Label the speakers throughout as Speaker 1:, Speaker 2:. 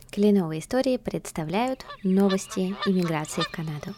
Speaker 1: Кленовые истории представляют новости иммиграции в Канаду.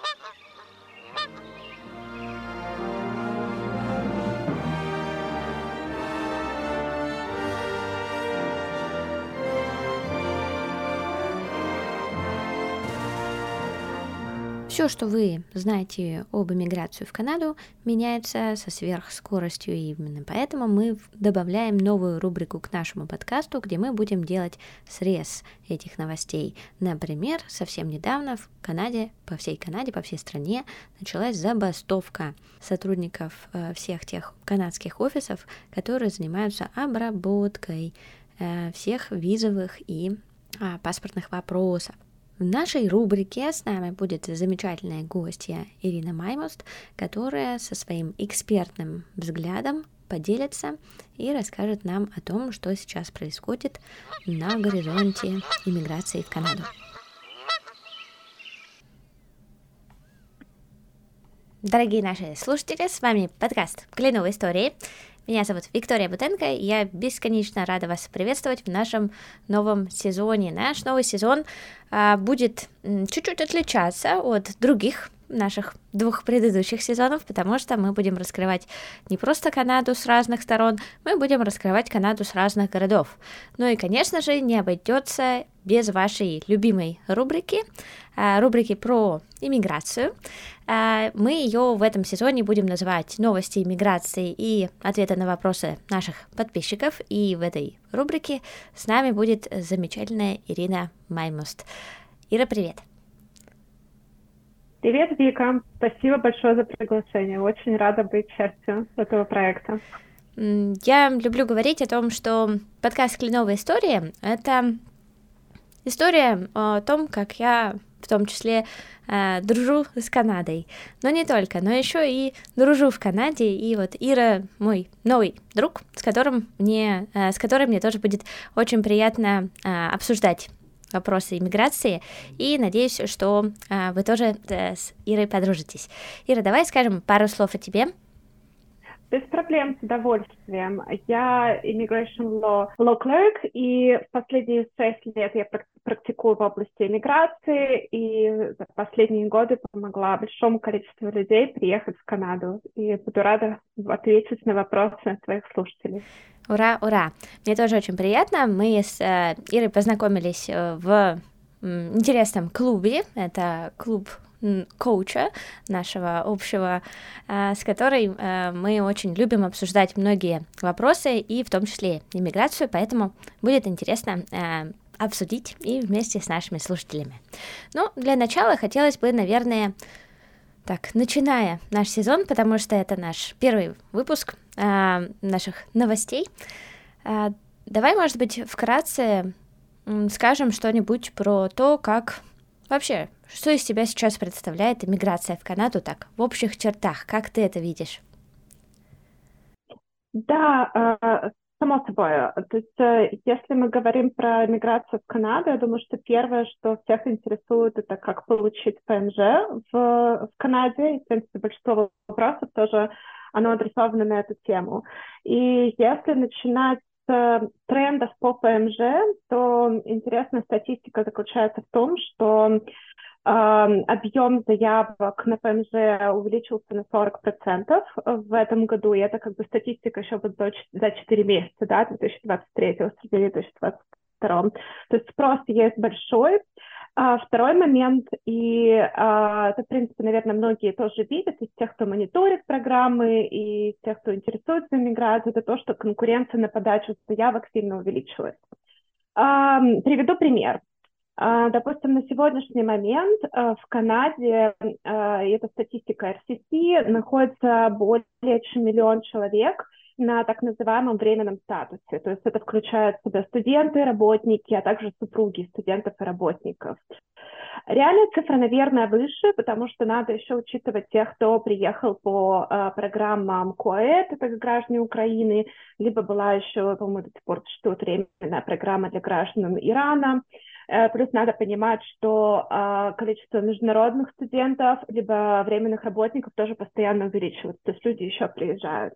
Speaker 1: Все, что вы знаете об иммиграции в Канаду, меняется со сверхскоростью, и именно поэтому мы добавляем новую рубрику к нашему подкасту, где мы будем делать срез этих новостей. Например, совсем недавно в Канаде, по всей стране началась забастовка сотрудников всех тех канадских офисов, которые занимаются обработкой всех визовых и паспортных вопросов. В нашей рубрике с нами будет замечательная гостья Ирина Маймост, которая со своим экспертным взглядом поделится и расскажет нам о том, что сейчас происходит на горизонте иммиграции в Канаду. Дорогие наши слушатели, с вами подкаст «Кленовые истории». Меня зовут Виктория Бутенко, и я бесконечно рада вас приветствовать в нашем новом сезоне. Наш новый сезон будет чуть-чуть отличаться от других наших двух предыдущих сезонов, потому что мы будем раскрывать не просто Канаду с разных сторон, мы будем раскрывать Канаду с разных городов. Ну и, конечно же, не обойдется без вашей любимой рубрики про иммиграцию. Мы ее в этом сезоне будем называть «Новости иммиграции и ответы на вопросы наших подписчиков». И в этой рубрике с нами будет замечательная Ирина Маймост. Ира, привет!
Speaker 2: Привет, Вика. Спасибо большое за приглашение. Очень рада быть частью этого проекта.
Speaker 1: Я люблю говорить о том, что подкаст «Кленовые истории» — это история о том, как я в том числе дружу с Канадой. Но не только, но еще и дружу в Канаде. И вот Ира мой новый друг, с которым мне тоже будет очень приятно обсуждать вопросы иммиграции, и надеюсь, что вы тоже с Ирой подружитесь. Ира, давай скажем пару слов о тебе.
Speaker 2: Без проблем, с удовольствием. Я Immigration Law Clerk, и в последние 6 лет я практикую в области иммиграции, и за последние годы помогла большому количеству людей приехать в Канаду. И буду рада ответить на вопросы своих слушателей.
Speaker 1: Ура, ура! Мне тоже очень приятно. Мы с Ирой познакомились в интересном клубе. Это клуб коуча нашего общего, с которой мы очень любим обсуждать многие вопросы, и в том числе иммиграцию, поэтому будет интересно обсудить и вместе с нашими слушателями. Ну, для начала хотелось бы, наверное, начиная наш сезон, потому что это наш первый выпуск наших новостей, давай, может быть, вкратце скажем что-нибудь про то, как вообще, что из себя сейчас представляет иммиграция в Канаду, так, в общих чертах, как ты это видишь?
Speaker 2: Да, само собой. То есть, если мы говорим про миграцию в Канаду, я думаю, что первое, что всех интересует, это как получить ПМЖ в Канаде. И, в принципе, большинство вопросов тоже оно адресовано на эту тему. И если начинать с трендов по ПМЖ, то интересная статистика заключается в том, что объем заявок на ПМЖ увеличился на 40% в этом году, и это статистика еще вот за 4 месяца, да, 2023 среди 2022. То есть спрос есть большой. Второй момент, и это, в принципе, наверное, многие тоже видят, из тех, кто мониторит программы, и из тех, кто интересуется иммиграцией, это то, что конкуренция на подачу заявок сильно увеличилась. Приведу пример. Допустим, на сегодняшний момент в Канаде, и это статистика RCC, находится более чем 1 миллион человек на так называемом временном статусе. То есть это включает в себя студенты, работники, а также супруги студентов и работников. Реальная цифра, наверное, выше, потому что надо еще учитывать тех, кто приехал по программам КОЭД, это граждане Украины, либо была еще, по-моему, до сих пор существует временная программа для граждан Ирана. Плюс надо понимать, что количество международных студентов либо временных работников тоже постоянно увеличивается, то есть люди еще приезжают.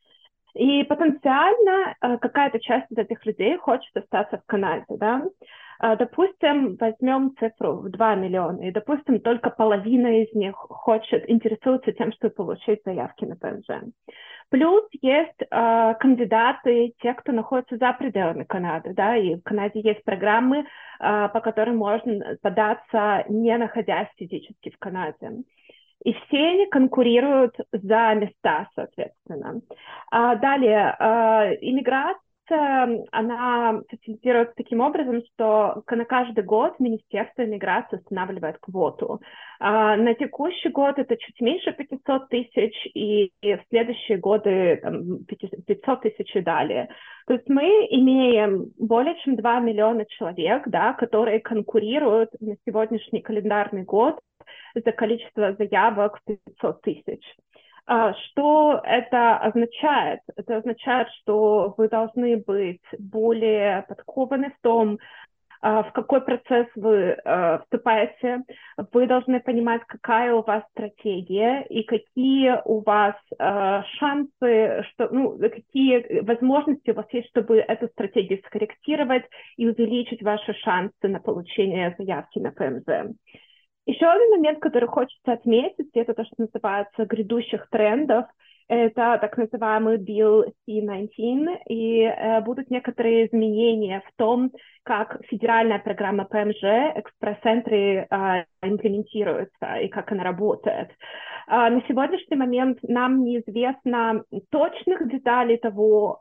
Speaker 2: И потенциально какая-то часть из этих людей хочет остаться в Канаде, да. Допустим, возьмем цифру в 2 миллиона, и, допустим, только половина из них интересуется тем, чтобы получить заявки на ПМЖ. Плюс есть кандидаты, те, кто находится за пределами Канады, да, и в Канаде есть программы, по которым можно податься, не находясь физически в Канаде. И все они конкурируют за места, соответственно. Далее, иммиграция, она фасилитируется таким образом, что на каждый год Министерство иммиграции устанавливает квоту. На текущий год это чуть меньше 500 тысяч, и в следующие годы 500 тысяч и далее. То есть мы имеем более чем 2 миллиона человек, да, которые конкурируют на сегодняшний календарный год за количество заявок в 500 тысяч. Что это означает? Это означает, что вы должны быть более подкованы в том, в какой процесс вы вступаете. Вы должны понимать, какая у вас стратегия и какие у вас шансы, какие возможности у вас есть, чтобы эту стратегию скорректировать и увеличить ваши шансы на получение заявки на ПМЖ. Еще один момент, который хочется отметить, это то, что называется грядущих трендов. Это так называемый Bill C-19, и будут некоторые изменения в том, как федеральная программа ПМЖ, экспресс-центры имплементируется и как она работает. На сегодняшний момент нам неизвестно точных деталей того,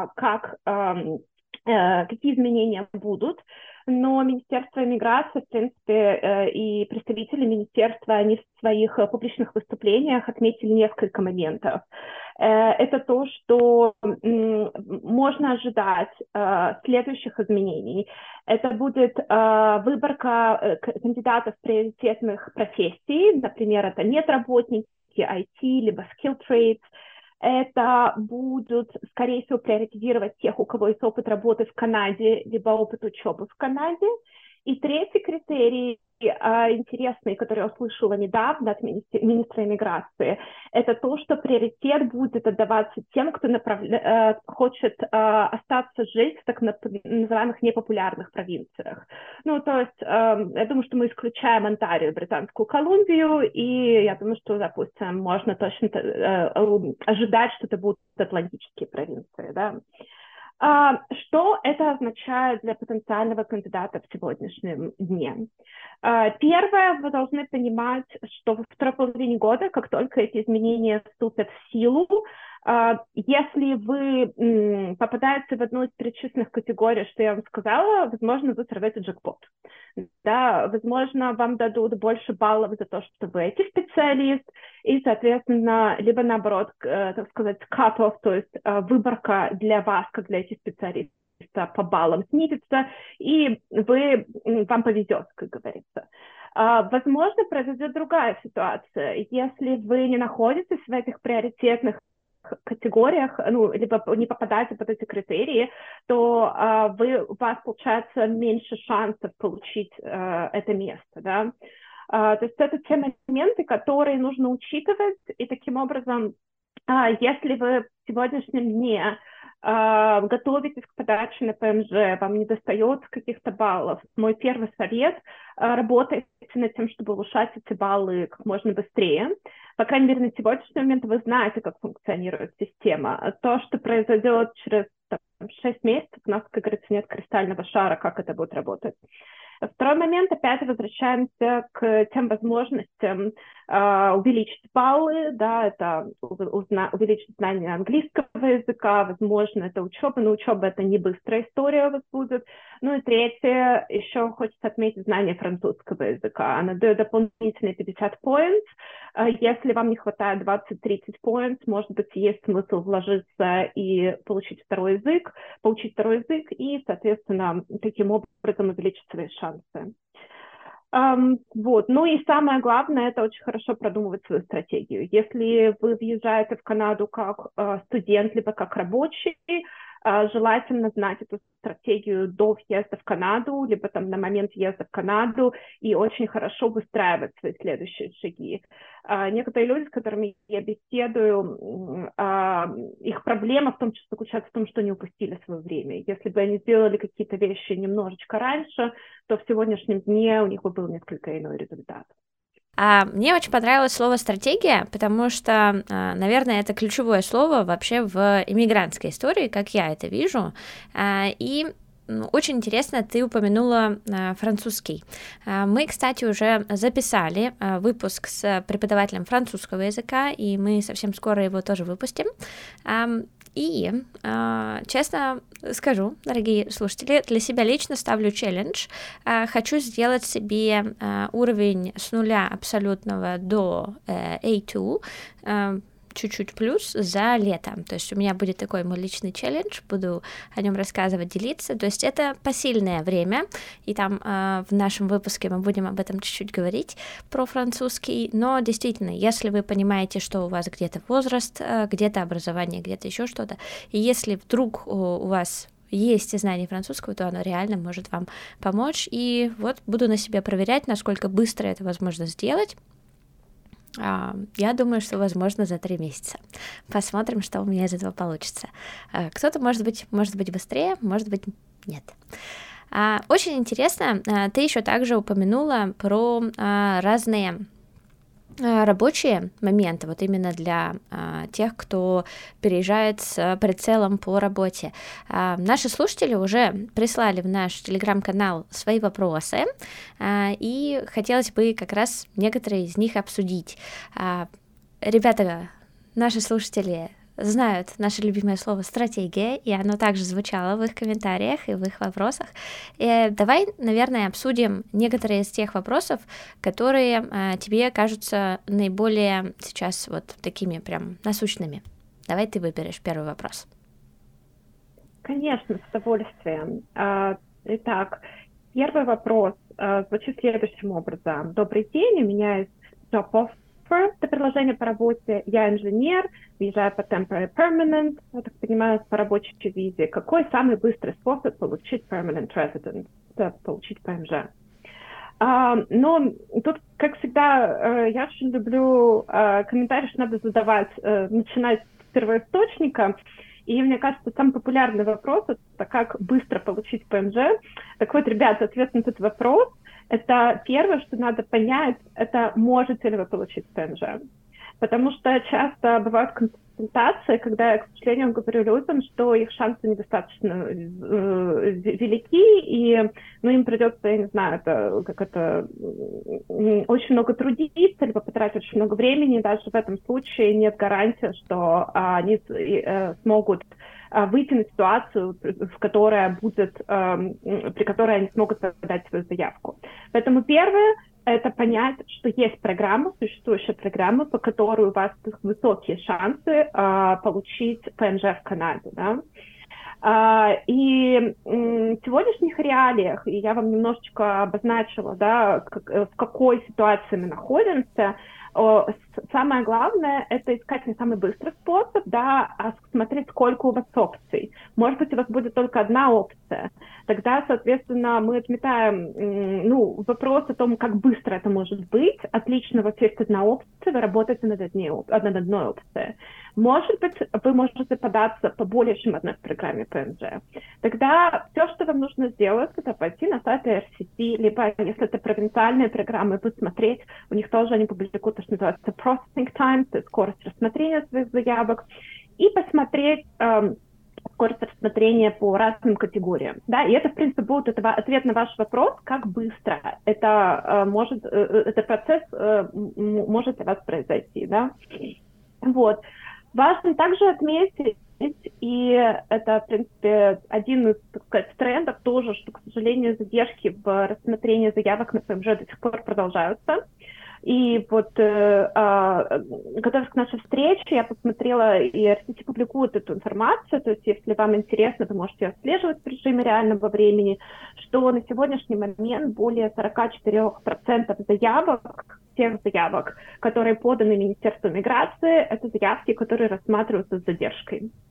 Speaker 2: какие изменения будут, но Министерство иммиграции, в принципе, и представители министерства, они в своих публичных выступлениях отметили несколько моментов. Это то, что можно ожидать следующих изменений. Это будет выборка кандидатов приоритетных профессий, например, это медработники, IT, либо skill trades. Это будут, скорее всего, приоритизировать тех, у кого есть опыт работы в Канаде, либо опыт учебы в Канаде. И третий критерий, интересный, который я услышала недавно от министра иммиграции, это то, что приоритет будет отдаваться тем, кто хочет остаться жить в так называемых непопулярных провинциях. Ну, то есть, я думаю, что мы исключаем Онтарио, Британскую Колумбию, и я думаю, что, допустим, можно точно ожидать, что это будут атлантические провинции, да. Что это означает для потенциального кандидата в сегодняшнем дне? Первое, вы должны понимать, что во второй половине года, как только эти изменения вступят в силу, если вы попадаете в одну из перечисленных категорий, что я вам сказала, возможно, вы сорвете джекпот. Да, возможно, вам дадут больше баллов за то, что вы IT-специалист, и, соответственно, либо наоборот, так сказать, cut-off, то есть выборка для вас, как для IT-специалиста, по баллам снизится, и вам повезет, как говорится. Возможно, произойдет другая ситуация. Если вы не находитесь в этих приоритетных категориях, либо не попадаете под эти критерии, то у вас получается меньше шансов получить это место, да. То есть это те моменты, которые нужно учитывать, и таким образом, если вы в сегодняшнем дне готовитесь к подаче на ПМЖ, вам не достает каких-то баллов, мой первый совет – работайте над тем, чтобы улучшать эти баллы как можно быстрее. По крайней мере, на сегодняшний момент вы знаете, как функционирует система. То, что произойдет через 6 месяцев, у нас, как говорится, нет кристального шара, как это будет работать. Второй момент, опять возвращаемся к тем возможностям увеличить баллы, да, это увеличить знание английского языка, возможно, это учеба, но учеба это не быстрая история у вас будет. Ну и третье, еще хочется отметить знание французского языка. Она дает дополнительные 50 points. Если вам не хватает 20-30 points, может быть, есть смысл вложиться и получить второй язык и, соответственно, таким образом увеличить свои шансы. Ну и самое главное, это очень хорошо продумывать свою стратегию. Если вы въезжаете в Канаду как студент, либо как рабочий, желательно знать эту стратегию до въезда в Канаду, либо там на момент въезда в Канаду, и очень хорошо выстраивать свои следующие шаги. Некоторые люди, с которыми я беседую, их проблема в том числе заключается в том, что они упустили свое время. Если бы они сделали какие-то вещи немножечко раньше, то в сегодняшнем дне у них бы был несколько иной результат.
Speaker 1: Мне очень понравилось слово «стратегия», потому что, наверное, это ключевое слово вообще в иммигрантской истории, как я это вижу, и очень интересно, ты упомянула французский. Мы, кстати, уже записали выпуск с преподавателем французского языка, и мы совсем скоро его тоже выпустим. И, честно скажу, дорогие слушатели, для себя лично ставлю челлендж. Хочу сделать себе уровень с нуля абсолютного до A2, чуть-чуть плюс за лето. То есть у меня будет такой мой личный челлендж, буду о нем рассказывать, делиться. То есть это посильное время, и там в нашем выпуске мы будем об этом чуть-чуть говорить, про французский, но действительно, если вы понимаете, что у вас где-то возраст, где-то образование, где-то еще что-то, и если вдруг у вас есть знание французского, то оно реально может вам помочь, и вот буду на себе проверять, насколько быстро это возможно сделать. Я думаю, что возможно за 3 месяца. Посмотрим, что у меня из этого получится. Кто-то, может быть быстрее, может быть, нет. Очень интересно, ты еще также упомянула про разные рабочие моменты, вот именно для тех, кто переезжает с прицелом по работе. Наши слушатели уже прислали в наш телеграм-канал свои вопросы, и хотелось бы как раз некоторые из них обсудить. Ребята, наши слушатели знают наше любимое слово «стратегия», и оно также звучало в их комментариях и в их вопросах. И давай, наверное, обсудим некоторые из тех вопросов, которые тебе кажутся наиболее сейчас вот такими прям насущными. Давай ты выберешь первый вопрос.
Speaker 2: Конечно, с удовольствием. Итак, первый вопрос звучит следующим образом. Добрый день, у меня есть job offer. Это предложение по работе. Я инженер, въезжаю по temporary permanent, я так понимаю, по рабочей визе. Какой самый быстрый способ получить permanent residence, получить ПМЖ? Но тут, как всегда, я очень люблю комментарии, что надо задавать, начинать с первоисточника. И мне кажется, самый популярный вопрос — это как быстро получить ПМЖ. Так вот, ребята, ответ на этот вопрос — это первое, что надо понять, это можете ли вы получить ПМЖ. Потому что часто бывают консультации, когда я, к сожалению, говорю людям, что их шансы недостаточно велики, и им придется, я не знаю, очень много трудиться, либо потратить очень много времени. Даже в этом случае нет гарантии, что они смогут вытянуть ситуацию, в которой при которой они смогут подать свою заявку. Поэтому первое — это понять, что есть программа, существующая программа, по которой у вас высокие шансы получить ПМЖ в Канаде. Да? И в сегодняшних реалиях, и я вам немножечко обозначила, да, в какой ситуации мы находимся, самое главное — это искать не самый быстрый способ, да, а смотреть, сколько у вас опций. Может быть, у вас будет только одна опция. Тогда, соответственно, мы отметаем вопрос о том, как быстро это может быть. Отлично, у вас есть одна опция, вы работаете над одной опцией. Может быть, вы можете податься по более чем одной программе ПМЖ. Тогда все, что вам нужно сделать, это пойти на сайт IRCC, либо, если это провинциальные программы, посмотреть, у них тоже они публикуют то, что называется processing time, то есть скорость рассмотрения своих заявок, и посмотреть скорость рассмотрения по разным категориям. Да? И это, в принципе, будет ответ на ваш вопрос, как быстро этот процесс может у вас произойти. Да? Вот. Важно также отметить, и это, в принципе, один из, так сказать, трендов тоже, что, к сожалению, задержки в рассмотрении заявок на ПМЖ до сих пор продолжаются. И вот, готовясь к нашей встрече, я посмотрела, и RCT публикует эту информацию, то есть, если вам интересно, вы можете отслеживать в режиме реального времени, что на сегодняшний момент более 44% всех заявок, которые поданы Министерству миграции, это заявки, которые рассматриваются с задержкой.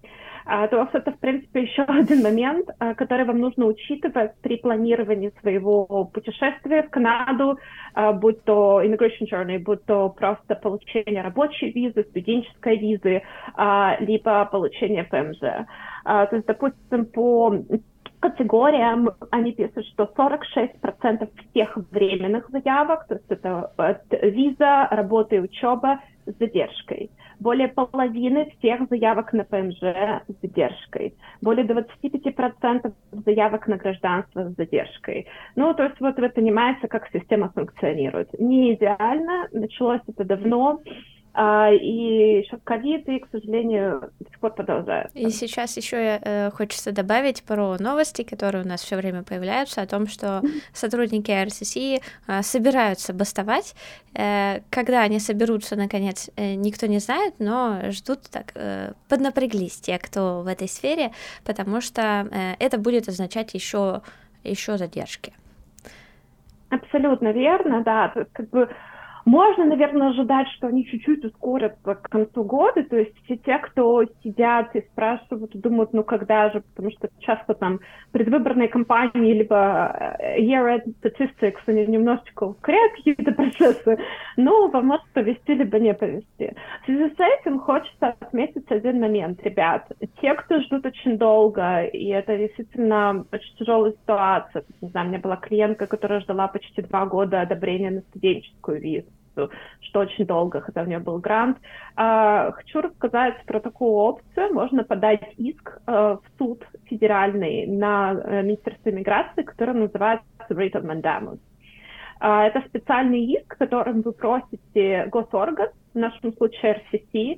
Speaker 2: То есть это, в принципе, еще один момент, который вам нужно учитывать при планировании своего путешествия в Канаду, будь то immigration journey, будь то просто получение рабочей визы, студенческой визы, либо получение ПМЖ. То есть, допустим, по категориям они пишут, что 46% всех временных заявок, то есть это виза, работа и учеба с задержкой. Более половины всех заявок на ПМЖ с задержкой. Более 25% заявок на гражданство с задержкой. Ну, то есть вот вы понимаете, как система функционирует. Не идеально, началось это давно, и еще ковид, и, к сожалению, до сих пор продолжается.
Speaker 1: И сейчас еще хочется добавить про новости, которые у нас все время появляются, о том, что сотрудники RCC собираются бастовать. Когда они соберутся, наконец, никто не знает, но ждут так, поднапряглись те, кто в этой сфере, потому что это будет означать еще задержки.
Speaker 2: Абсолютно верно, да. То есть, как бы можно, наверное, ожидать, что они чуть-чуть ускорятся к концу года, то есть все те, кто сидят и спрашивают, думают, ну когда же, потому что часто там предвыборные кампании, либо year-end statistics, они немножечко ускоряют какие-то процессы, но вам может повести, либо не повести. В связи с этим хочется отметить один момент, ребят. Те, кто ждут очень долго, и это действительно очень тяжелая ситуация. Не знаю, у меня была клиентка, которая ждала почти 2 года одобрения на студенческую визу, что очень долго, хотя у нее был грант. Хочу рассказать про такую опцию. Можно подать иск в суд федеральный на Министерство иммиграции, который называется Writ of Mandamus. Это специальный иск, которым вы просите госорган, в нашем случае RCC,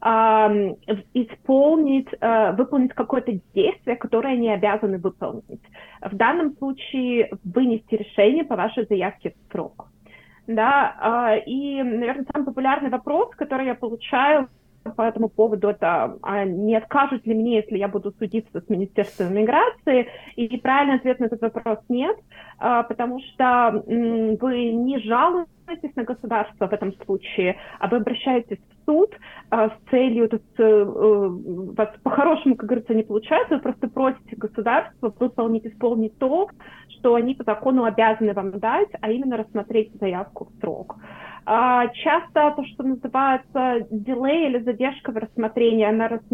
Speaker 2: выполнить какое-то действие, которое они обязаны выполнить. В данном случае вынести решение по вашей заявке в срок. Да, и, наверное, самый популярный вопрос, который я получаю по этому поводу, это не откажут ли мне, если я буду судиться с Министерством иммиграции, и правильный ответ на этот вопрос нет, потому что вы не жалуетесь на государство в этом случае, а вы обращаетесь в суд с целью, то есть вас по-хорошему, как говорится, не получается, вы просто просите государство исполнить то, что они по закону обязаны вам дать, а именно рассмотреть заявку в срок. Часто то, что называется delay или задержка в рассмотрении,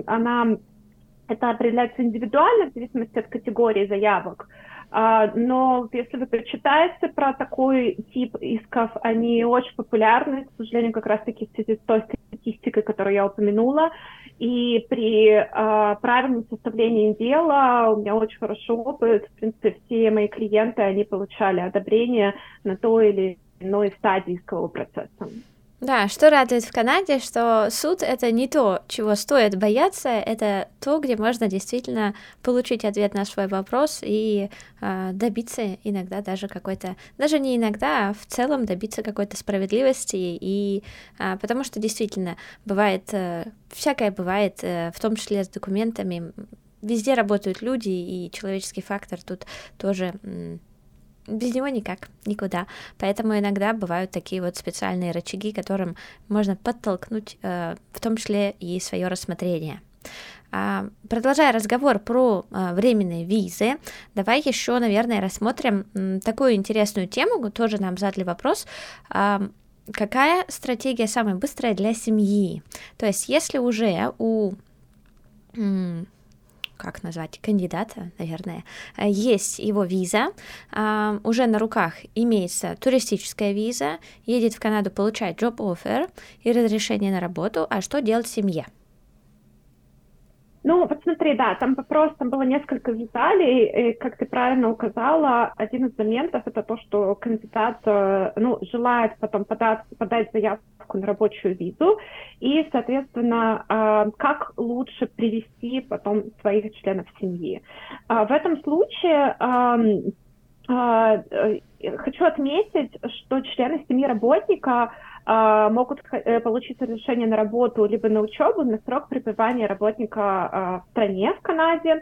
Speaker 2: это определяется индивидуально в зависимости от категории заявок. Но если вы прочитаете про такой тип исков, они очень популярны, к сожалению, как раз-таки в связи с той статистикой, которую я упомянула. И при правильном составлении дела у меня очень хороший опыт. В принципе, все мои клиенты, они получали одобрение на той или иной стадии искового процесса.
Speaker 1: Да, что радует в Канаде, что суд — это не то, чего стоит бояться, это то, где можно действительно получить ответ на свой вопрос и добиться иногда даже какой-то, даже не иногда, а в целом добиться какой-то справедливости, и потому что действительно бывает, всякое бывает, в том числе с документами, везде работают люди, и человеческий фактор тут тоже... Без него никак, никуда. Поэтому иногда бывают такие вот специальные рычаги, которым можно подтолкнуть, в том числе и свое рассмотрение. Продолжая разговор про временные визы, давай еще, наверное, рассмотрим такую интересную тему. Тоже нам задали вопрос. Какая стратегия самая быстрая для семьи? То есть, если уже у... как назвать, кандидата, наверное, есть его виза, уже на руках имеется туристическая виза, едет в Канаду, получает job offer и разрешение на работу, а что делать семье?
Speaker 2: Ну, вот смотри, да, там было несколько деталей, и, как ты правильно указала, один из моментов — это то, что кандидат, желает потом подать заявку на рабочую визу, и, соответственно, как лучше привести потом своих членов семьи. В этом случае хочу отметить, что члены семьи работника могут получить разрешение на работу либо на учебу на срок пребывания работника в стране, в Канаде.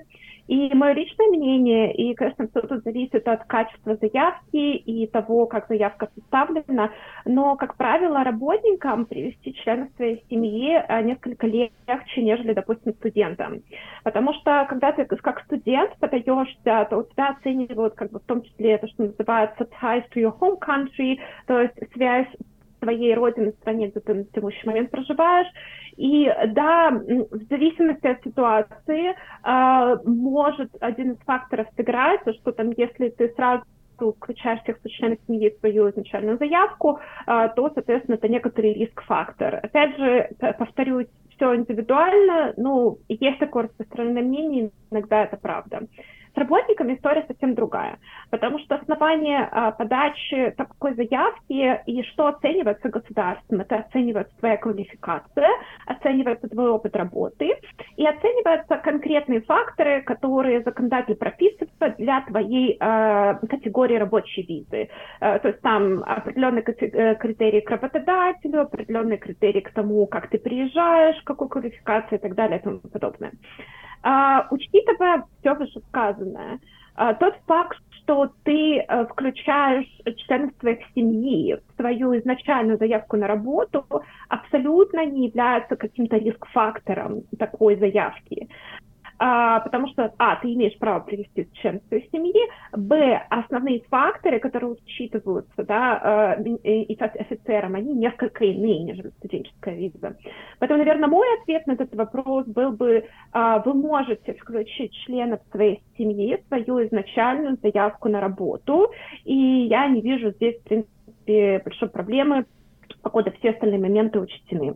Speaker 2: И мое личное мнение, и, конечно, все тут зависит от качества заявки и того, как заявка составлена, но, как правило, работникам привести членов своей семьи несколько легче, нежели, допустим, студентам. Потому что, когда ты как студент подаешься, то у тебя оценивают, как бы, в том числе это, что называется ties to your home country, то есть связь с твоей родиной, стране, где ты на текущий момент проживаешь. И да, в зависимости от ситуации может один из факторов сыграть, что там, если ты сразу включаешь всех членов семьи в свою изначальную заявку, то, соответственно, это некоторый риск-фактор. Опять же, повторюсь, все индивидуально, ну, есть такое распространенное мнение, иногда это правда. С работниками история совсем другая, потому что основание подачи такой заявки и что оценивается государством, это оценивается твоя квалификация, оценивается твой опыт работы и оцениваются конкретные факторы, которые законодатель прописывает для твоей категории рабочей визы. То есть там определенные критерии к работодателю, определенные критерии к тому, как ты приезжаешь, какой квалификации и так далее и тому подобное. Учитывая все вышесказанное, тот факт, что ты включаешь членов своей семьи в свою изначальную заявку на работу, абсолютно не является каким-то риск-фактором такой заявки. Потому что, ты имеешь право привести члена своей семьи, основные факторы, которые учитываются, да, офицером, они несколько иные, нежели студенческая виза. Поэтому, наверное, мой ответ на этот вопрос был бы, вы можете включить членов своей семьи в свою изначальную заявку на работу, и я не вижу здесь, в принципе, большой проблемы, покуда все остальные моменты учтены.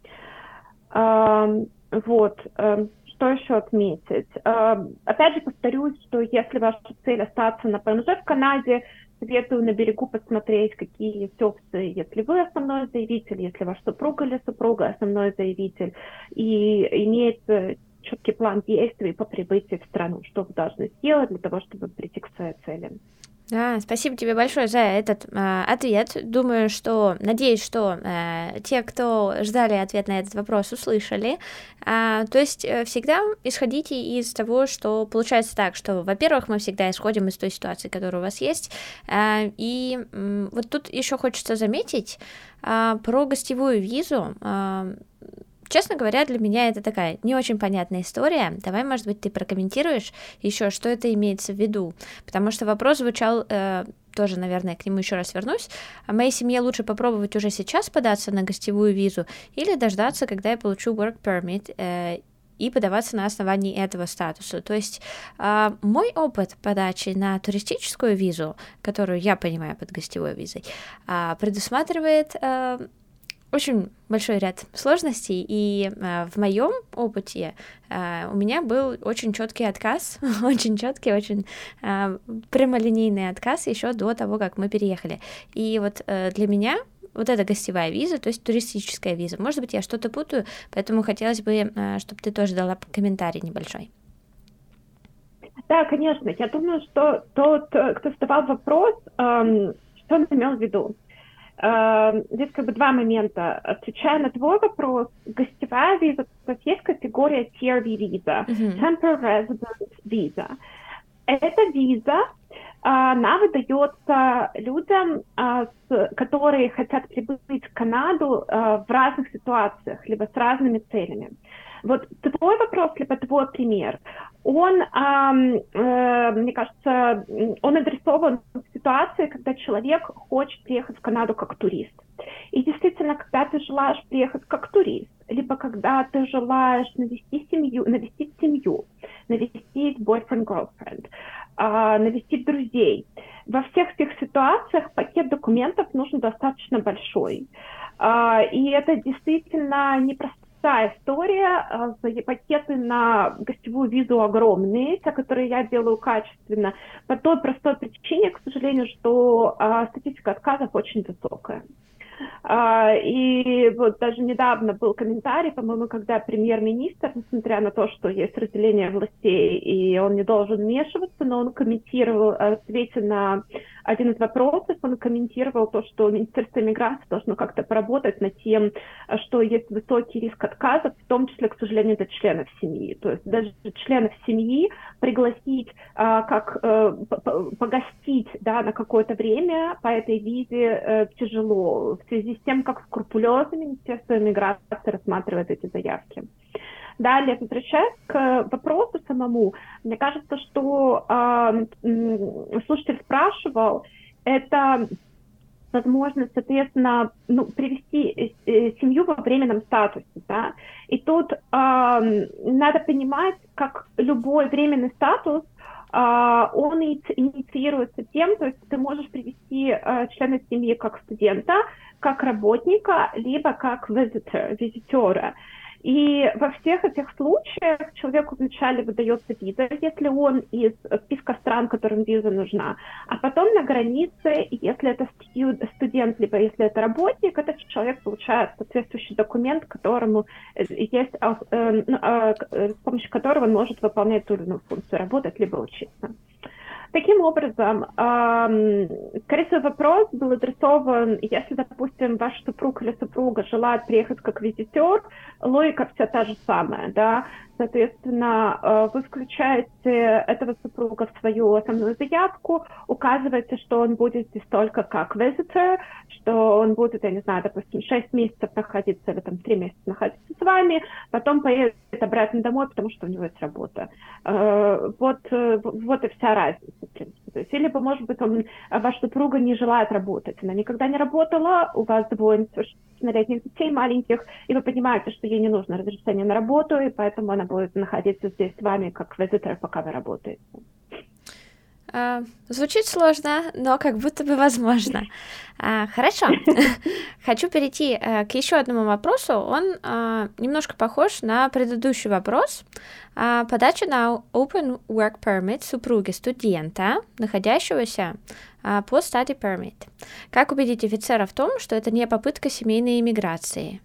Speaker 2: Что еще отметить? Опять же повторюсь, что если ваша цель остаться на ПМЖ в Канаде, советую на берегу посмотреть, какие есть опции, если вы основной заявитель, если ваш супруг или супруга основной заявитель, и иметь четкий план действий по прибытии в страну, что вы должны сделать для того, чтобы прийти к своей цели.
Speaker 1: Да, спасибо тебе большое за этот ответ. Надеюсь, что те, кто ждали ответ на этот вопрос, услышали. То есть всегда исходите из того, что получается так, что, во-первых, мы всегда исходим из той ситуации, которая у вас есть. И вот тут еще хочется заметить про гостевую визу. Честно говоря, для меня это такая не очень понятная история. Давай, может быть, ты прокомментируешь еще, что это имеется в виду, потому что вопрос звучал, тоже, наверное, к нему еще раз вернусь. Моей семье лучше попробовать уже сейчас податься на гостевую визу или дождаться, когда я получу work permit, и подаваться на основании этого статуса. То есть мой опыт подачи на туристическую визу, которую я понимаю под гостевой визой, предусматривает очень большой ряд сложностей, и в моем опыте у меня был очень четкий отказ, очень четкий, очень прямолинейный отказ еще до того, как мы переехали. И вот для меня вот эта гостевая виза, то есть туристическая виза. Может быть, я что-то путаю, поэтому хотелось бы, чтобы ты тоже дала комментарий небольшой.
Speaker 2: Да, конечно. Я думаю, что тот, кто задавал вопрос, что он имел в виду. Здесь как бы два момента. Отвечая на твой вопрос, гостевая виза, то есть есть категория Tier V виза, Temporary Residence виза. Эта виза, она выдается людям, которые хотят прибыть в Канаду в разных ситуациях, либо с разными целями. Вот твой вопрос, либо твой пример, он, мне кажется, он адресован в ситуации, когда человек хочет приехать в Канаду как турист. И действительно, когда ты желаешь приехать как турист, либо когда ты желаешь навестить семью, навестить boyfriend-girlfriend, навестить друзей, во всех этих ситуациях пакет документов нужен достаточно большой. И это действительно непростая история. Пакеты на гостевую визу огромные, те, которые я делаю качественно, по той простой причине, к сожалению, что статистика отказов очень высокая. И вот даже недавно был комментарий, по-моему, когда премьер-министр, несмотря на то, что есть разделение властей, и он не должен вмешиваться, но он комментировал, ответил на один из вопросов, он комментировал то, что Министерство иммиграции должно как-то поработать над тем, что есть высокий риск отказов, в том числе, к сожалению, для членов семьи. То есть даже членов семьи пригласить, погостить, да, на какое-то время по этой визе тяжело, в связи с тем, как скрупулезно Министерство иммиграции рассматривает эти заявки. Далее, возвращаясь к вопросу самому, мне кажется, что слушатель спрашивал, это возможность, соответственно, привести семью во временном статусе, да, и тут надо понимать, как любой временный статус, он инициируется тем, то есть ты можешь привести члена семьи как студента, как работника, либо как визитера. И во всех этих случаях человеку вначале выдается виза, если он из списка стран, которым виза нужна, а потом на границе, если это студент, либо если это работник, этот человек получает соответствующий документ, которому есть, с помощью которого он может выполнять ту или иную функцию, работать либо учиться. Таким образом, скорее всего, вопрос был адресован, если, допустим, ваш супруг или супруга желает приехать как визитер, логика вся та же самая, да, соответственно, вы включаете этого супруга в свою основную заявку, указываете, что он будет здесь только как visitor, что он будет, я не знаю, допустим, 6 месяцев находиться или там 3 месяца находиться с вами, потом поедет обратно домой, потому что у него есть работа. Вот и вся разница. То есть, либо, может быть, ваша супруга не желает работать, она никогда не работала, у вас двое несовершеннолетних детей маленьких, и вы понимаете, что ей не нужно разрешение на работу, и поэтому она будет находиться здесь с вами как визитор, пока вы работаете.
Speaker 1: Звучит сложно, но как будто бы возможно. Хорошо. Хочу перейти к еще одному вопросу. Он немножко похож на предыдущий вопрос. Подача на Open Work Permit супруги студента, находящегося под Study Permit. Как убедить офицера в том, что это не попытка семейной иммиграции?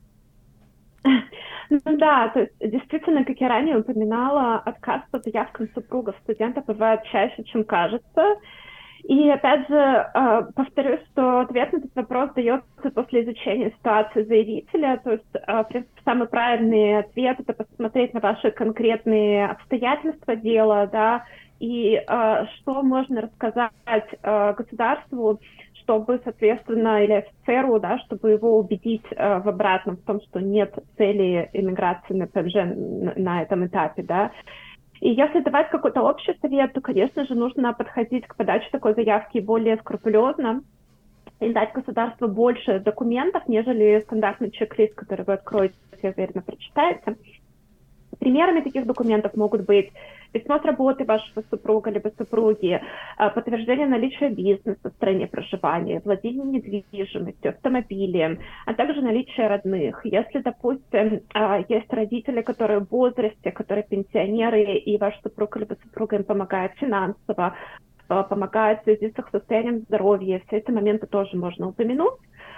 Speaker 2: Да, то есть действительно, как я ранее упоминала, отказ по заявкам супругов студентов бывает чаще, чем кажется. И опять же, повторюсь, что ответ на этот вопрос дается после изучения ситуации заявителя. То есть самый правильный ответ — это посмотреть на ваши конкретные обстоятельства дела, да, и что можно рассказать государству, чтобы, соответственно, или офицеру, да, чтобы его убедить в обратном, в том, что нет цели иммиграции на ПМЖ на этом этапе, да. И если давать какой-то общий совет, то, конечно же, нужно подходить к подаче такой заявки более скрупулезно и дать государству больше документов, нежели стандартный чек-лист, который вы откроете, я уверена, прочитаете. Примерами таких документов могут быть письмо с работы вашего супруга либо супруги, подтверждение наличия бизнеса в стране проживания, владение недвижимостью, автомобилем, а также наличие родных. Если, допустим, есть родители, которые в возрасте, которые пенсионеры, и ваш супруг либо супруга им помогает финансово, помогает в связи с их состоянием здоровья, все эти моменты тоже можно упомянуть.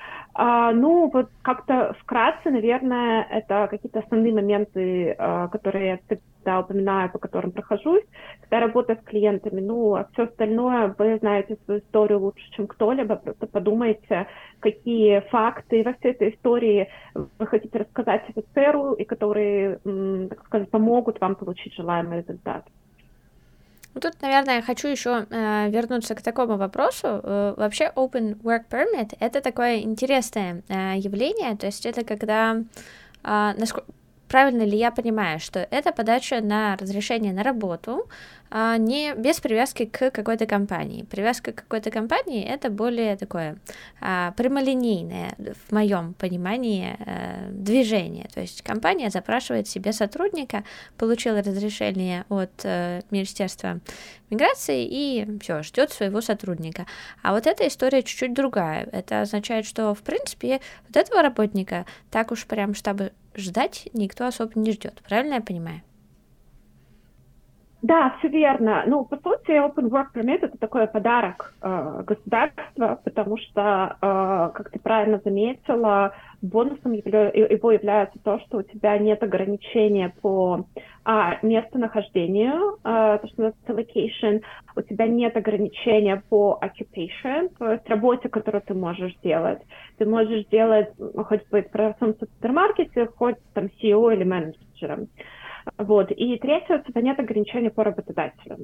Speaker 2: Вот как-то вкратце, наверное, это какие-то основные моменты, которые я всегда упоминаю, по которым прохожусь, когда работаю с клиентами. А все остальное вы знаете свою историю лучше, чем кто-либо. Просто подумайте, какие факты во всей этой истории вы хотите рассказать офицеру, и которые, так сказать, помогут вам получить желаемый результат.
Speaker 1: Тут, наверное, я хочу еще вернуться к такому вопросу. Вообще Open Work Permit — это такое интересное явление, то есть это когда, правильно ли я понимаю, что это подача на разрешение на работу, не без привязки к какой-то компании. Привязка к какой-то компании — это более такое прямолинейное, в моем понимании, движение. То есть компания запрашивает себе сотрудника, получила разрешение от Министерства миграции и все, ждет своего сотрудника. А вот эта история чуть-чуть другая. Это означает, что, в принципе, вот этого работника так уж прям, чтобы ждать, никто особо не ждет. Правильно я понимаю?
Speaker 2: Да, все верно. Ну, по сути, Open Work Permit — это такой подарок государства, потому что, как ты правильно заметила, бонусом его является то, что у тебя нет ограничения по местонахождению, то, что называется location, у тебя нет ограничения по occupation, то есть работе, которую ты можешь делать. Ты можешь делать, хоть быть продавцом в супермаркете, хоть там CEO или менеджером. Вот. И третье, у тебя нет ограничений по работодателям.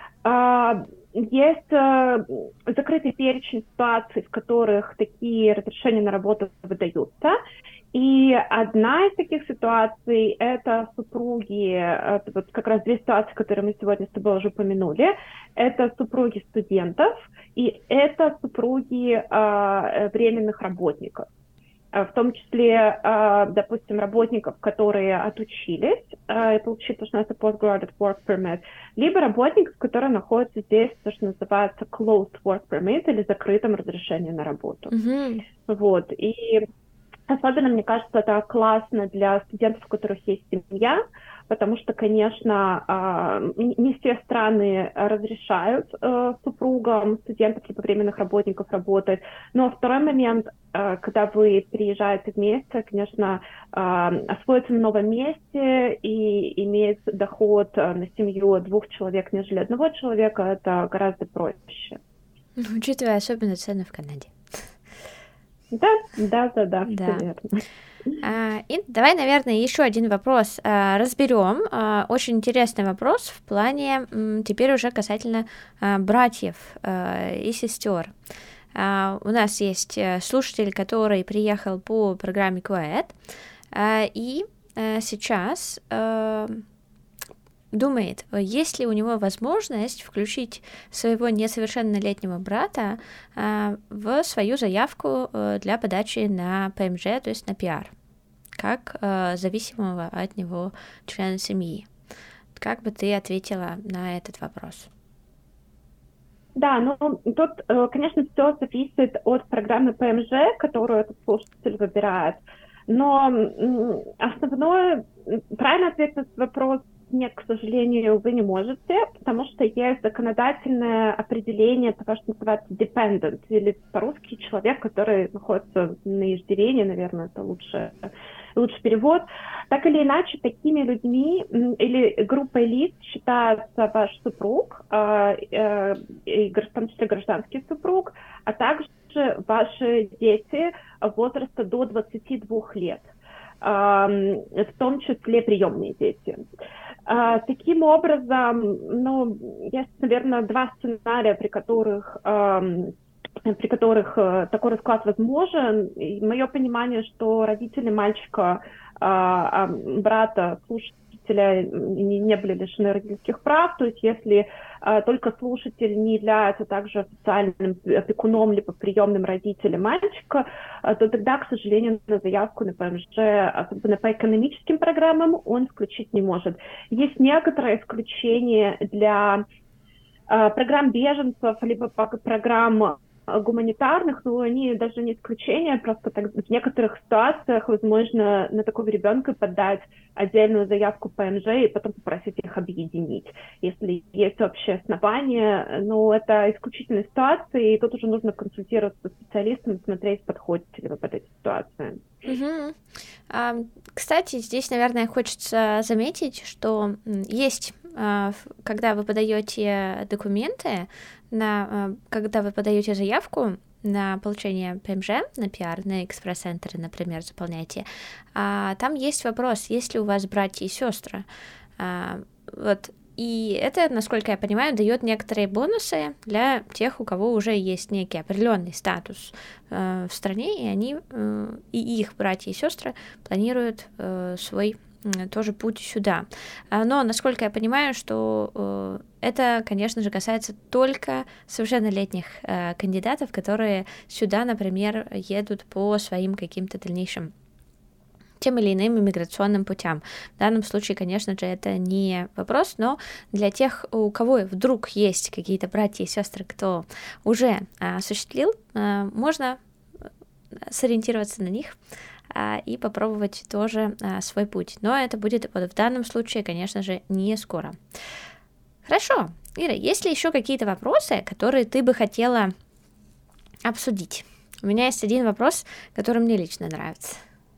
Speaker 2: Есть закрытый перечень ситуаций, в которых такие разрешения на работу выдаются. И одна из таких ситуаций — это супруги, вот как раз две ситуации, которые мы сегодня с тобой уже упомянули, это супруги студентов и это супруги временных работников. В том числе, допустим, работников, которые отучились и получили то, что называется Postgraduate Work Permit, либо работников, которые находятся здесь, то, что называется Closed Work Permit или закрытом разрешении на работу.
Speaker 1: Mm-hmm.
Speaker 2: Вот. И особенно, мне кажется, это классно для студентов, у которых есть семья, потому что, конечно, не все страны разрешают супругам студентов либо временных работников работать. Но второй момент, когда вы приезжаете вместе, конечно, освоиться на новом месте и иметь доход на семью 2 человек, нежели 1 человека, это гораздо проще.
Speaker 1: Учитывая особенно цены в Канаде.
Speaker 2: Да, все верно.
Speaker 1: И давай, наверное, еще один вопрос разберем. Очень интересный вопрос в плане теперь уже касательно братьев и сестер. У нас есть слушатель, который приехал по программе Quiet, и сейчас думает, есть ли у него возможность включить своего несовершеннолетнего брата в свою заявку для подачи на ПМЖ, то есть на PR, как зависимого от него члена семьи. Как бы ты ответила на этот вопрос?
Speaker 2: Да, ну тут, конечно, все зависит от программы ПМЖ, которую этот слушатель выбирает. Но основной правильный ответ на этот вопрос: нет, к сожалению, вы не можете, потому что есть законодательное определение того, что называется dependent, или по-русски человек, который находится на иждивении, наверное, это лучший перевод. Так или иначе, такими людьми или группой лиц считается ваш супруг, и в том числе гражданский супруг, а также ваши дети возраста до 22 лет, в том числе приемные дети. Таким образом, есть, наверное, 2 сценария, при которых такой расклад возможен. И мое понимание, что родители мальчика, брата, слушателя не были лишены родительских прав, то есть если только слушатель не является также официальным опекуном либо приемным родителем мальчика, то тогда, к сожалению, на заявку на ПМЖ, особенно по экономическим программам, он включить не может. Есть некоторые исключения для программ беженцев, либо программ гуманитарных, но они даже не исключение, просто так, в некоторых ситуациях возможно на такого ребенка подать отдельную заявку ПМЖ и потом попросить их объединить, если есть общее основание. Но это исключительная ситуация, и тут уже нужно консультироваться с специалистом и смотреть, подходите ли вы под эти ситуации.
Speaker 1: Кстати, здесь, наверное, хочется заметить, что есть, когда вы подаете документы, когда вы подаете заявку на получение ПМЖ, на PR, на экспресс-центре, например, заполняете, там есть вопрос, есть ли у вас братья и сестры. Вот. И это, насколько я понимаю, дает некоторые бонусы для тех, у кого уже есть некий определенный статус в стране, и они и их братья и сестры планируют свой тоже путь сюда. Но, насколько я понимаю, что это, конечно же, касается только совершеннолетних кандидатов, которые сюда, например, едут по своим каким-то дальнейшим тем или иным иммиграционным путям. В данном случае, конечно же, это не вопрос, но для тех, у кого вдруг есть какие-то братья и сестры, кто уже осуществил, можно сориентироваться на них и попробовать тоже свой путь. Но это будет в данном случае, конечно же, не скоро. Хорошо. Ира, есть ли еще какие-то вопросы, которые ты бы хотела обсудить? У меня есть один вопрос, который мне лично нравится.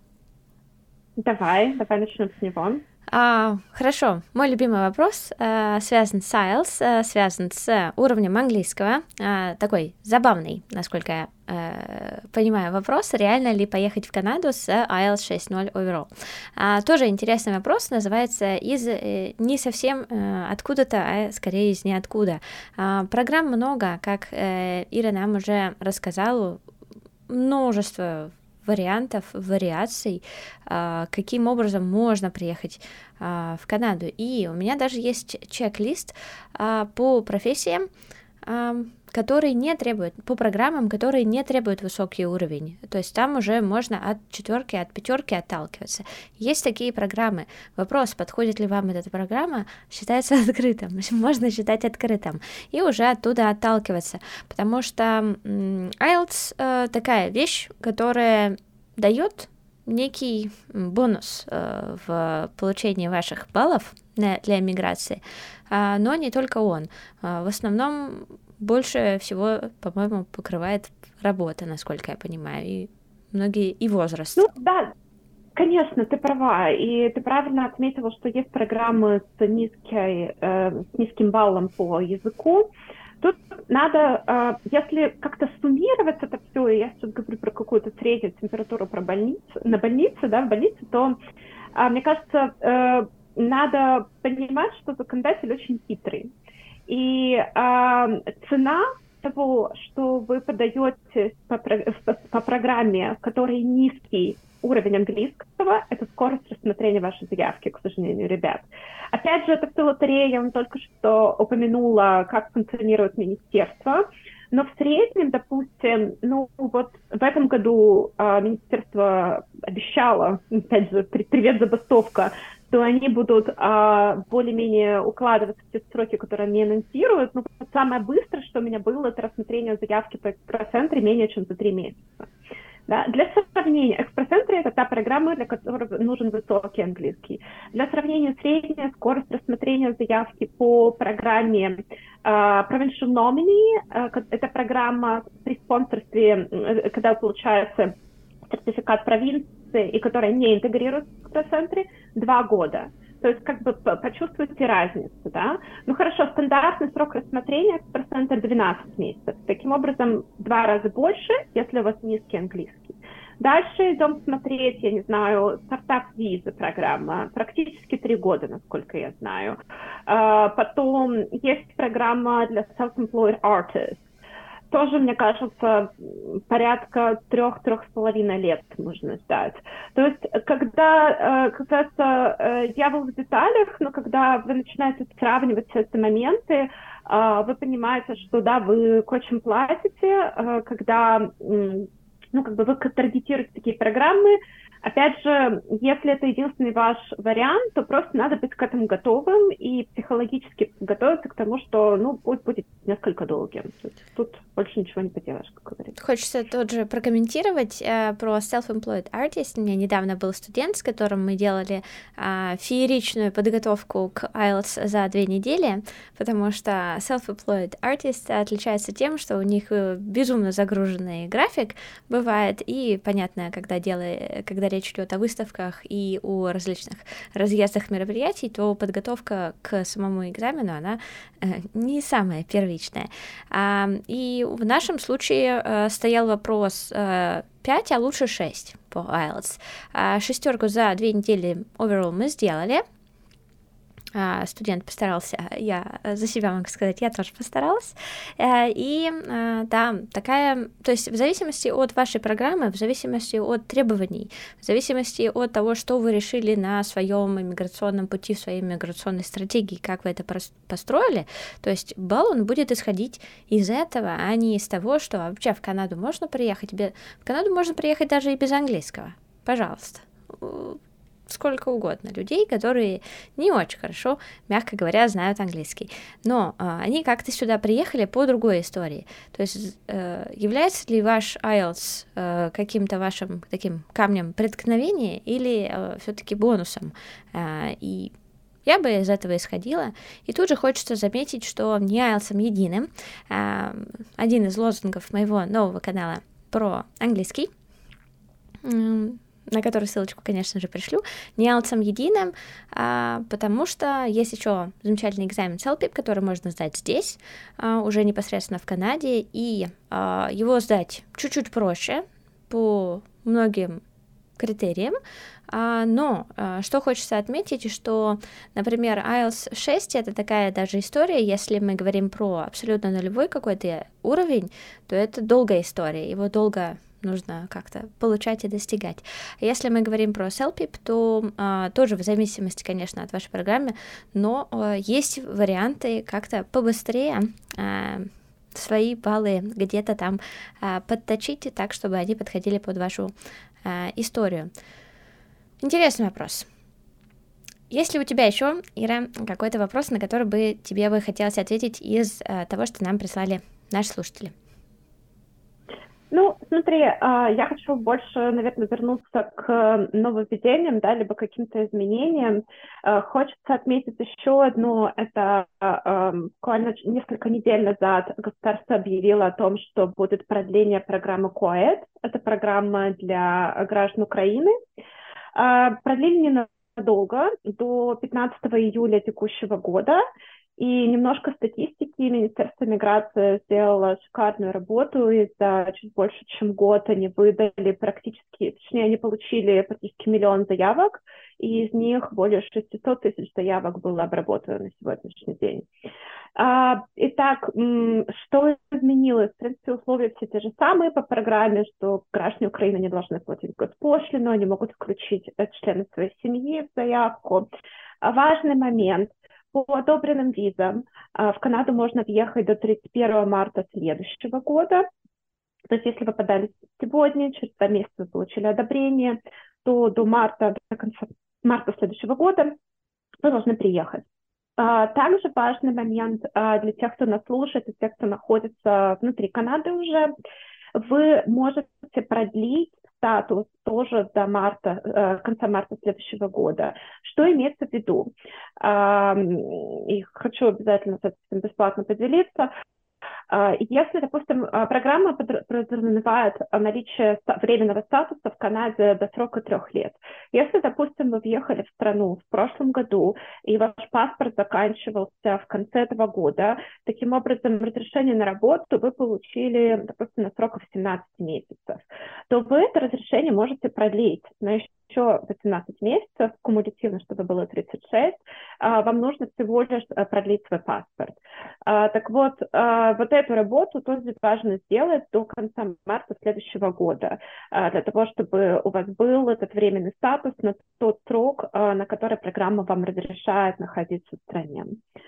Speaker 2: Давай начнем с него.
Speaker 1: Хорошо. Мой любимый вопрос связан с IELTS, связан с уровнем английского. Такой забавный, насколько я понимаю вопрос, реально ли поехать в Канаду с IELTS 6.0 overall. Тоже интересный вопрос, называется из не совсем откуда-то, а скорее из ниоткуда. Программ много, как Ира нам уже рассказала, множество вариантов, вариаций, каким образом можно приехать в Канаду. И у меня даже есть чек-лист по профессиям, которые не требуют, по программам, которые не требуют высокий уровень. То есть там уже можно от 4, от 5 отталкиваться. Есть такие программы. Вопрос, подходит ли вам эта программа, считается открытым. Можно считать открытым. И уже оттуда отталкиваться. Потому что IELTS такая вещь, которая дает некий бонус в получении ваших баллов для миграции, но не только он. В основном больше всего, по-моему, покрывает работа, насколько я понимаю, и многие, и возраст.
Speaker 2: Ну, да, конечно, ты права, и ты правильно отметила, что есть программы с низким баллом по языку. Тут надо, если как-то суммировать это все, и я сейчас говорю про какую-то среднюю температуру в больнице, то, мне кажется, надо понимать, что законодатель очень хитрый. И цена того, что вы подаете по программе, в которой низкий уровень английского, это скорость рассмотрения вашей заявки, к сожалению, ребят. Опять же, это все лотерея, я вам только что упомянула, как функционирует министерство, но в среднем, допустим, вот в этом году министерство обещало, опять же, привет забастовка, что они будут более-менее укладываться в те сроки, которые они анонсируют. Но самое быстрое, что у меня было, это рассмотрение заявки по экспресс-центре менее чем за 3 месяца. Да? Для сравнения, экспресс-центр — это та программа, для которой нужен высокий английский. Для сравнения, средняя скорость рассмотрения заявки по программе Provincial Nominee, это программа при спонсорстве, когда получается сертификат провинции, и которая не интегрируется в экспресс-центре, 2 года. То есть как бы почувствуйте разницу, да? Ну хорошо, стандартный срок рассмотрения экспресс-центр 12 месяцев. Таким образом, 2 раза больше, если у вас низкий английский. Дальше идем смотреть, я не знаю, стартап-виза программа, практически 3 года, насколько я знаю. Потом есть программа для self-employed artists. Тоже, мне кажется, порядка 3-3,5 лет нужно ждать. То есть, когда, кажется, дьявол в деталях, но когда вы начинаете сравнивать все эти моменты, вы понимаете, что да, вы очень платите, когда вы таргетируете такие программы. Опять же, если это единственный ваш вариант, то просто надо быть к этому готовым и психологически готовиться к тому, что, путь будет несколько долгим. Тут больше ничего не поделаешь, как говорится.
Speaker 1: Хочется тут же прокомментировать про self-employed artist. У меня недавно был студент, с которым мы делали фееричную подготовку к IELTS за 2 недели, потому что self-employed artist отличается тем, что у них безумно загруженный график бывает, и понятно, когда речь идет о выставках и о различных разъездах мероприятий, то подготовка к самому экзамену, она не самая первичная. И в нашем случае стоял вопрос 5, а лучше 6 по IELTS. 6 за 2 недели overall мы сделали. Студент постарался, я за себя могу сказать, я тоже постаралась. И да, то есть в зависимости от вашей программы, в зависимости от требований, в зависимости от того, что вы решили на своем иммиграционном пути, в своей иммиграционной стратегии, как вы это построили, то есть балл он будет исходить из этого, а не из того, что вообще в Канаду можно приехать. В Канаду можно приехать даже и без английского. Пожалуйста. Сколько угодно людей, которые не очень хорошо, мягко говоря, знают английский. Но они как-то сюда приехали по другой истории. То есть является ли ваш IELTS каким-то вашим таким камнем преткновения или все-таки бонусом? И Я бы из этого исходила. И тут же хочется заметить, что не IELTS единым. Один из лозунгов моего нового канала про английский, на который ссылочку, конечно же, пришлю, не IELTS единым, потому что есть еще замечательный экзамен CELPIP, который можно сдать здесь, уже непосредственно в Канаде, и его сдать чуть-чуть проще по многим критериям, но что хочется отметить, что, например, IELTS 6 — это такая даже история, если мы говорим про абсолютно нулевой какой-то уровень, то это долгая история, его долго нужно как-то получать и достигать. Если мы говорим про CELPIP, то тоже в зависимости, конечно, от вашей программы, но есть варианты как-то побыстрее свои баллы где-то там подточить так, чтобы они подходили под вашу историю. Интересный вопрос. Есть ли у тебя еще, Ира, какой-то вопрос, на который тебе бы хотелось ответить из того, что нам прислали наши слушатели?
Speaker 2: Ну, смотри, я хочу больше, наверное, вернуться к нововведениям, да, либо каким-то изменениям. Хочется отметить еще одно, это буквально несколько недель назад государство объявило о том, что будет продление программы КОЭД, это программа для граждан Украины. Продлили ненадолго, до 15 июля текущего года. И немножко статистики. Министерство миграции сделало шикарную работу, и за чуть больше, чем год они выдали точнее, они получили практически 1 миллион заявок, и из них более 600 тысяч заявок было обработано на сегодняшний день. Итак, что изменилось? В принципе, условия все те же самые по программе, что граждане Украины не должны платить госпошлину, они могут включить членов своей семьи в заявку. Важный момент. По одобренным визам в Канаду можно въехать до 31 марта следующего года. То есть если вы подали сегодня, через 2 месяца вы получили одобрение, то до конца марта следующего года вы должны приехать. Также важный момент для тех, кто нас слушает, и тех, кто находится внутри Канады уже, вы можете продлить статус тоже до конца марта следующего года. Что имеется в виду? И хочу обязательно с этим бесплатно поделиться. Если, допустим, программа подразумевает наличие временного статуса в Канаде до срока 3 лет. Если, допустим, вы въехали в страну в прошлом году, и ваш паспорт заканчивался в конце этого года, таким образом, разрешение на работу вы получили, допустим, на срок 17 месяцев, то вы это разрешение можете продлить на еще 18 месяцев, кумулятивно, чтобы было 36, вам нужно всего лишь продлить свой паспорт. Так вот, вот эту работу тоже важно сделать до конца марта следующего года, для того, чтобы у вас был этот временный статус на тот срок, на который программа вам разрешает находиться в стране.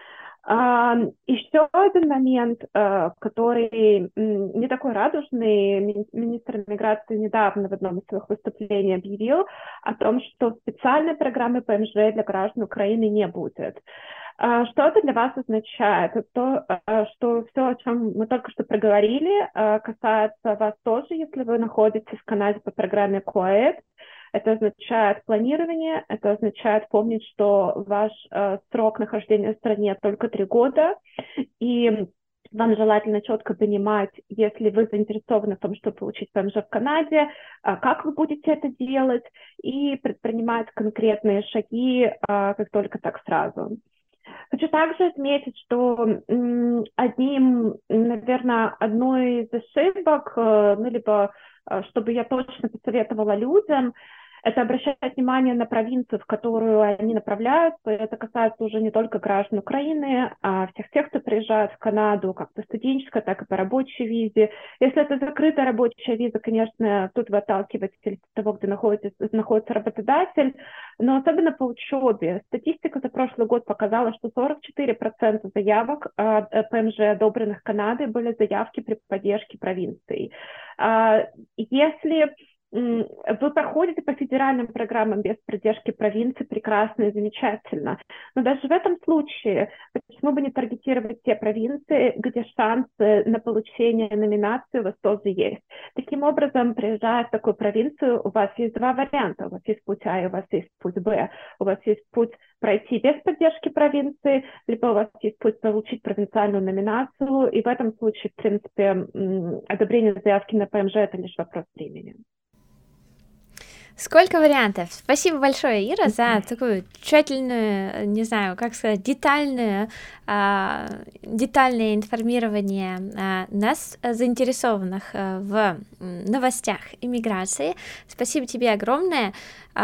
Speaker 2: Еще один момент, который не такой радужный, министр миграции недавно в одном из своих выступлений объявил о том, что специальной программы ПМЖ для граждан Украины не будет. Что это для вас означает? Это то, что все, о чем мы только что проговорили, касается вас тоже, если вы находитесь в Канаде по программе КОЭД. Это означает планирование, это означает помнить, что ваш срок нахождения в стране только 3 года, и вам желательно четко понимать, если вы заинтересованы в том, чтобы получить ПМЖ в Канаде, как вы будете это делать, и предпринимать конкретные шаги, как только так сразу. Хочу также отметить, что одной из ошибок, либо чтобы я точно посоветовала людям, это обращать внимание на провинцию, в которую они направляются. Это касается уже не только граждан Украины, а всех тех, кто приезжает в Канаду как по студенческой, так и по рабочей визе. Если это закрытая рабочая виза, конечно, тут вы отталкиваетесь от того, где находится работодатель, но особенно по учебе. Статистика за прошлый год показала, что 44% заявок ПМЖ, одобренных Канадой, были заявки при поддержке провинций. Если вы проходите по федеральным программам без поддержки провинции, прекрасно и замечательно. Но даже в этом случае, почему бы не таргетировать те провинции, где шансы на получение номинации у вас тоже есть? Таким образом, приезжая в такую провинцию, у вас есть два варианта. У вас есть путь А и у вас есть путь Б. У вас есть путь пройти без поддержки провинции, либо у вас есть путь получить провинциальную номинацию. И в этом случае, в принципе, одобрение заявки на ПМЖ – это лишь вопрос времени.
Speaker 1: Сколько вариантов. Спасибо большое, Ира, за такую тщательную, не знаю, как сказать, детальное информирование нас, заинтересованных в новостях иммиграции. Спасибо тебе огромное.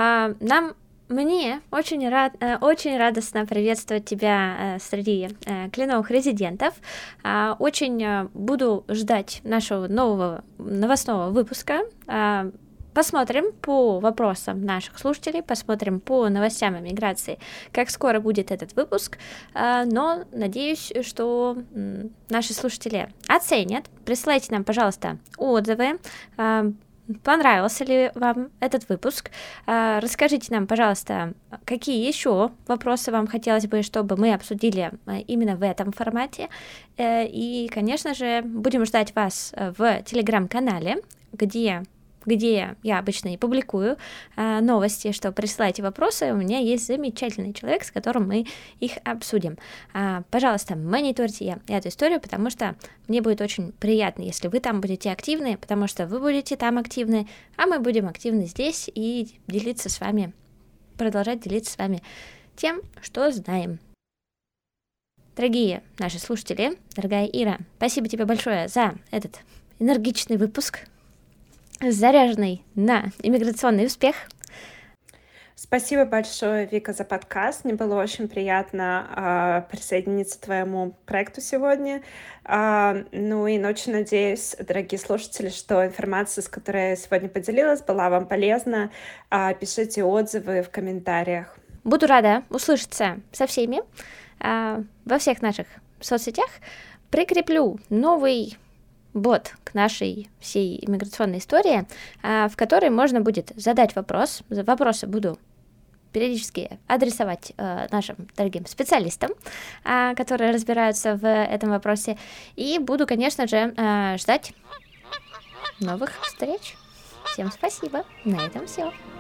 Speaker 1: Мне очень радостно приветствовать тебя среди кленовых резидентов. Очень буду ждать нашего нового новостного выпуска. Посмотрим по вопросам наших слушателей, посмотрим по новостям о миграции, как скоро будет этот выпуск, но надеюсь, что наши слушатели оценят. Присылайте нам, пожалуйста, отзывы, понравился ли вам этот выпуск, расскажите нам, пожалуйста, какие еще вопросы вам хотелось бы, чтобы мы обсудили именно в этом формате, и, конечно же, будем ждать вас в телеграм-канале, где я обычно и публикую новости, что присылайте вопросы, у меня есть замечательный человек, с которым мы их обсудим. Пожалуйста, мониторьте эту историю, потому что мне будет очень приятно, если вы там будете активны, потому что вы будете там активны, а мы будем активны здесь и продолжать делиться с вами тем, что знаем. Дорогие наши слушатели, дорогая Ира, спасибо тебе большое за этот энергичный выпуск, заряженный на иммиграционный успех.
Speaker 3: Спасибо большое, Вика, за подкаст. Мне было очень приятно присоединиться к твоему проекту сегодня. Ну и очень надеюсь, дорогие слушатели, что информация, с которой я сегодня поделилась, была вам полезна. Пишите отзывы в комментариях.
Speaker 1: Буду рада услышаться со всеми во всех наших соцсетях. Прикреплю новый бот к нашей всей иммиграционной истории, в которой можно будет задать вопрос. Вопросы буду периодически адресовать нашим дорогим специалистам, которые разбираются в этом вопросе. И буду, конечно же, ждать новых встреч. Всем спасибо. На этом все.